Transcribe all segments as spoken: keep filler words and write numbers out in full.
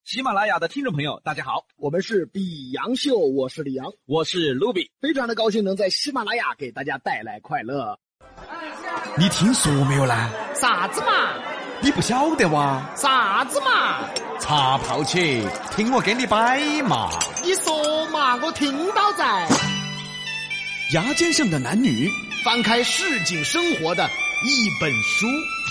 喜马拉雅的听众朋友大家好， 我们是比洋秀，我是李阳， 我是卢比， 非常的高兴能在喜马拉雅给大家带来快乐。 你听说没有呢？ 啥子嘛？ 你不晓得哇？ 啥子嘛？ 茶泡起，听我给你摆嘛。 你说嘛，我听到在。 牙尖上的男女， 翻开市井生活的一本书。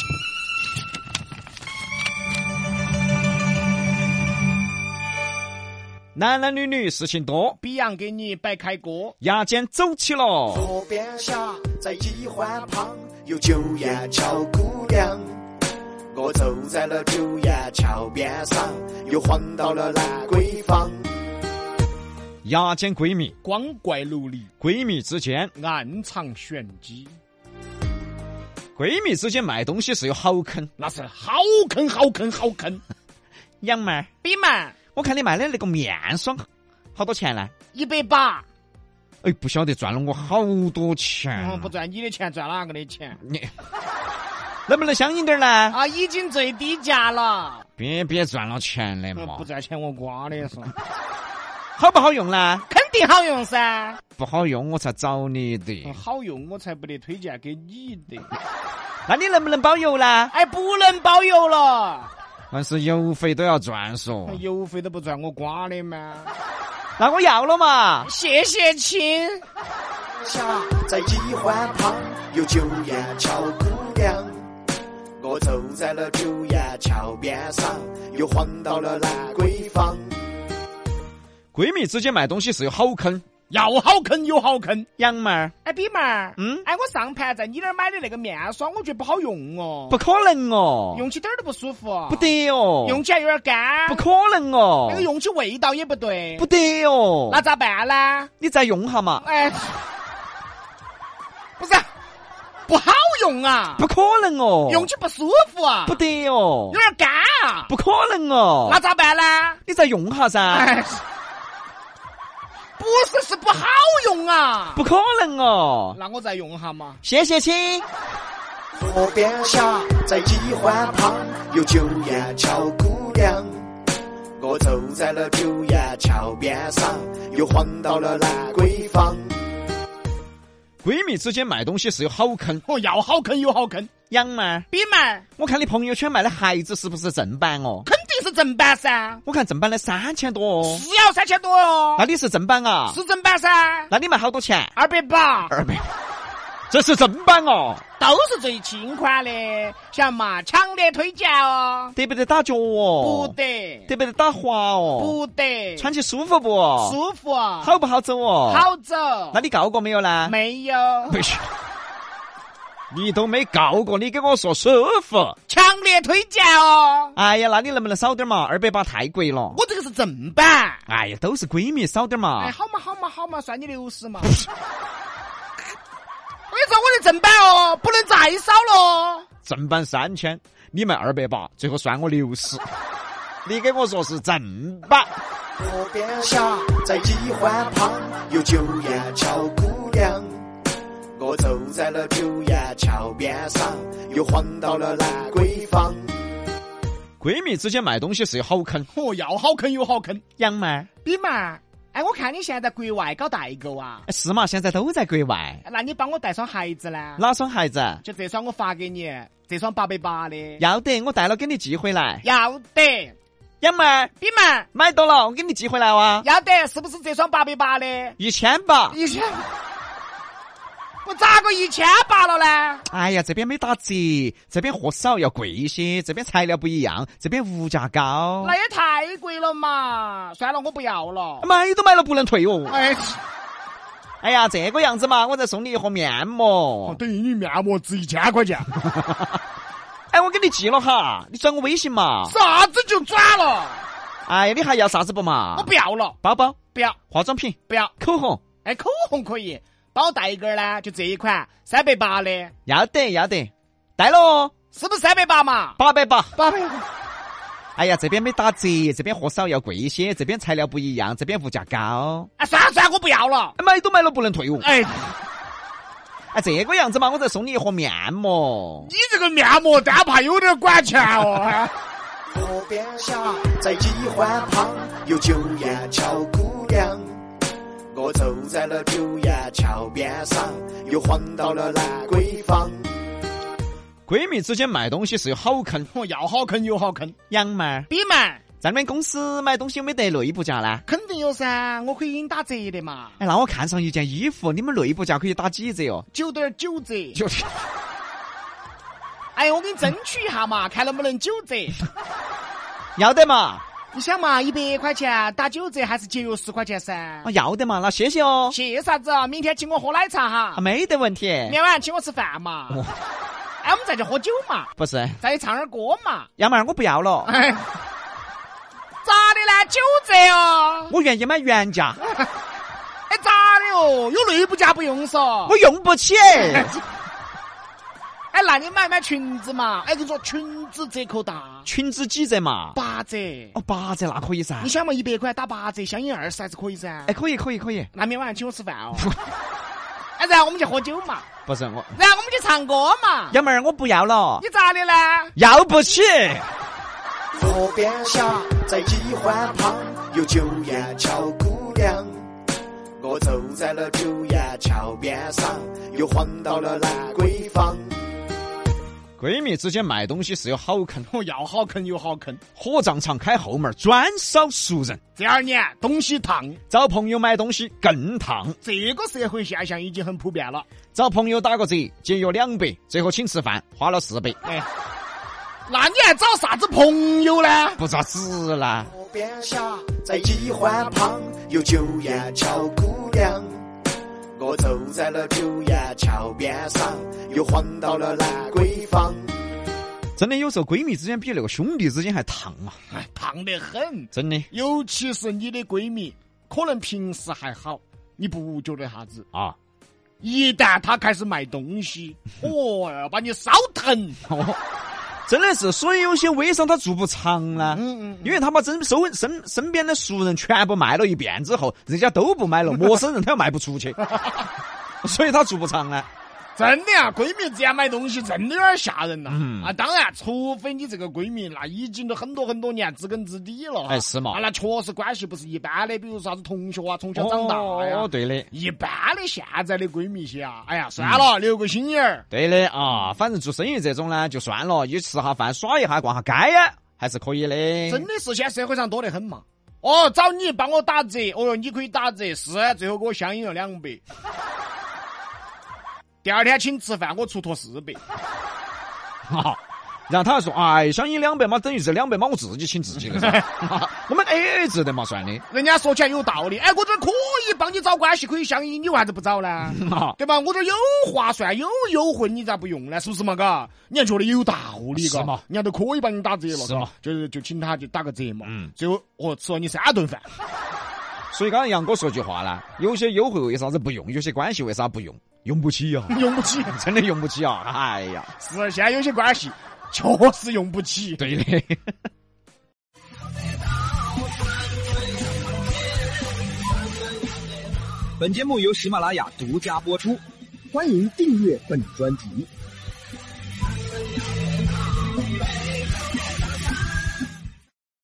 男男女女事情多， 比洋给你摆开锅， 牙尖走起了。 河边下，在一环旁，有九眼桥姑娘。我走在了九眼桥边上，又晃到了兰桂坊。 牙尖闺蜜， 光怪陆离， 闺蜜之间暗藏玄机。 闺蜜之间卖东西是有好坑， 那是好坑好坑好坑。 杨妹儿， 比嘛， 我看你卖的那个面霜好多钱呢？ 一百八。 哎，不晓得赚了我好多钱。 嗯，不赚你的钱，赚哪个的钱？ 你能不能相应点呢？ 啊，已经最低价了。 别别赚了钱的嘛， 不赚钱我刮的是。 好不好用呢？ 肯定好用噻。 不好用我才找你的。 好用我才不得推荐给你的。 那你能不能包邮呢？ 哎，不能包邮了。 但是邮费都要赚嗦。 邮费都不赚我刮的吗？ 那我要了嘛。 谢谢亲。 下在一环旁，有九眼桥姑娘。我走在了九眼桥边上，又晃到了兰桂坊。 闺蜜之间卖东西是有好坑， 要好坑有好坑。 杨妹儿， 哎，比妹儿， 嗯， 哎，我上盘在你那儿买的那个面霜，我觉得不好用哦。 不可能哦， 用起点儿都不舒服。 不得哦， 用起来有点干。 不可能哦， 那个用起味道也不对。 不得哦， 那咋办呢？ 你再用下嘛。 哎，不是，不好用啊。 不可能哦， 用起不舒服啊。 不得哦， 有点干啊。 不可能哦， 那咋办呢？ 你再用下噻。 哎，不是，是不好用啊。 不可能哦， 那我再用下嘛。 谢谢亲。 河边下，在一环旁，有九眼桥姑娘。我走在了九眼桥边上，又晃到了兰桂坊。 闺蜜之间卖东西是有好坑， 哦，要好坑有好坑。 杨妹儿， 比妹儿， 我看你朋友圈卖的鞋子是不是正版哦？ 肯定是正版噻。 我看正版的三千多哦。 是要三千多哦。 那你是正版啊？ 是正版噻。 那你卖好多钱？ 二百八。 二百。这是正版哦。 都是最新款的，想嘛，强烈推荐哦。 得不得打脚哦？ 不得。 得不得打滑哦？ 不得。 穿起舒服不？ 舒服。 好不好走哦？ 好走。 那你告过没有呢？ 没有。 不是。你都没告过，你给我说舒服， 强烈推荐哦。 哎呀，那你能不能少点嘛？二百八太贵了。 我这个是正版。 哎呀，都是闺蜜，少点嘛。 哎，好嘛好嘛好嘛，算你六十嘛。我跟你说，我的正版哦，不能再少了。 正版三千，你卖二百八，最后算我六十。你给我说是正版。 河边下，在一环旁，有九眼桥姑娘。我走在了九眼桥边上，又晃到了兰桂坊。 闺蜜之间卖东西是有好坑， 哦，要好坑有好坑。 杨妹儿， 比嘛，哎，我看你现在在国外搞代购啊。 是嘛？现在都在国外。 那你帮我带双鞋子呢？ 哪双鞋子？ 就这双我发给你，这双八百八的。 要得，我带了给你寄回来。 要得。 杨妹儿， 比嘛， 买到了，我给你寄回来哇。 要得，是不是这双八百八的？ 一千八。 一千。我咋个一千八了呢？ 哎呀，这边没打折，这边货少要贵一些，这边材料不一样，这边物价高。 那也太贵了嘛！算了，我不要了。 买都买了不能退哦。 哎， 哎呀，这个样子嘛，我再送你一盒面膜。 哦、等于你面膜值一千块钱。 哎，我给你寄了哈，你转我微信嘛。 啥子就转了？ 哎呀，你还要啥子不嘛？ 我不要了。 包包不要， 化妆品不要， 口红。 哎，口红可以。帮我带一根呢，就这一款三百八的。 要得要得，带喽， 是不是三百八嘛？ 八百八， 八百八。 哎呀，这边没打折，这边货少要贵一些，这边材料不一样，这边物价高。 啊，算了算了，我不要了， 买都买了不能退哦。 哎， 哎，这个样子嘛，我再送你一盒面膜。 你这个面膜单怕有点管钱哦。 河边下，在鸡环旁，有九眼桥姑娘。我走在了九眼桥边上，又晃到了兰桂坊。 闺蜜之间卖东西是有好坑， 我要好坑有好坑。 杨妹儿， 比man， 在你们公司买东西有没得内部价呢？ 肯定有噻，我可以给你打折的嘛。 哎，那我看上一件衣服，你们内部价可以打几折哦？ 九点九折。 就是。 哎，我给你争取一下嘛，看能不能九折。 要得嘛。 你想嘛，一百块钱打九折还是节约十块钱噻。 啊，要得嘛，那谢谢哦。 谢啥子啊？明天请我喝奶茶哈。 啊，没得问题。 明天晚上请我吃饭嘛。哦、哎，我们再去喝酒嘛。 不是。 再去唱点歌嘛。 杨妹儿，我不要了。 哎，咋的呢？九折哦。 我愿意买原价。 哎，咋的哦？有内部价不用嗦。 我用不起。 哎，那你买买裙子嘛？哎，跟你说，裙子折扣大。 裙子几折嘛？ 八折。 哦，八折那可以噻。 你想嘛，一百块打八折，相应二十还是可以噻。 哎，可以可以可以。 那明天晚上请我吃饭哦。哎，然后我们去喝酒嘛。 不是我。 然后我们去唱歌嘛。 杨妹儿，我不要了。 你咋的呢？ 要不起。 河边下，在鸡环旁，有九眼桥姑娘。我走在了九眼桥边上，又晃到了兰桂坊。 闺蜜之间卖东西是有好坑， 我要好坑有好坑。 火葬场开后门，专烧熟人。 这二年东西烫， 找朋友买东西更烫。 这个社会现象已经很普遍了。 找朋友打个折，节约两百，最后请吃饭花了四百。 哎，那你还找啥子朋友呢？ 不咋子啦。 河边下，在鸡环旁，有九眼桥姑娘。我走在了九眼桥边上，又晃到了兰桂坊。 真的有时候闺蜜之间比那个兄弟之间还烫啊！ 哎，烫得很， 真的。 尤其是你的闺蜜，可能平时还好，你不觉得啥子啊？ 一旦她开始卖东西，哦，要把你烧疼。 真的是，所以有些微商他做不长呢， 嗯嗯， 因为他把真收身身边的熟人全部卖了一遍之后，人家都不买了，陌生人他又卖不出去，所以他做不长呢。 真的啊，闺蜜之间买东西真的有点吓人呐、啊嗯！ 啊，当然，除非你这个闺蜜那已经都很多很多年知根知底了， 哎是嘛？ 啊，那确实关系不是一般的，比如说啥子同学啊，从小长大呀， 哦，对的。 一般的现在的闺蜜些啊，哎呀，算了，嗯、留个心眼儿。 对的啊，反正做生意这种呢，就算了，一吃下饭耍一下逛下街呀，还是可以的。 真的是现在社会上多得很嘛。哦，找你帮我打折，哦哟，你可以打折，是最后给我相应了两百。第二天请吃饭，我出脱四百。 好，然后他还说：“哎，相应两百嘛，等于这两百嘛，我自己请自己的噻。我们 A A 制的嘛，算的。” 人家说起来有道理，哎，我这可以帮你找关系，可以相应，你为啥子不找呢？对吧？我这有划算，有优惠，你咋不用呢？是不是嘛？嘎，你还觉得有道理？嘎，人家都可以帮你打折了， 是嘛？ 就是就请他就打个折嘛。 嗯， 最后我吃了你三顿饭。 所以刚才杨哥说句话啦，有些优惠为啥子不用？有些关系为啥不用？用不起啊， 用不起， 真的用不起啊！哎呀， 是现在有些关系确实用不起。 对的。 本节目由喜马拉雅独家播出， 欢迎订阅本专辑。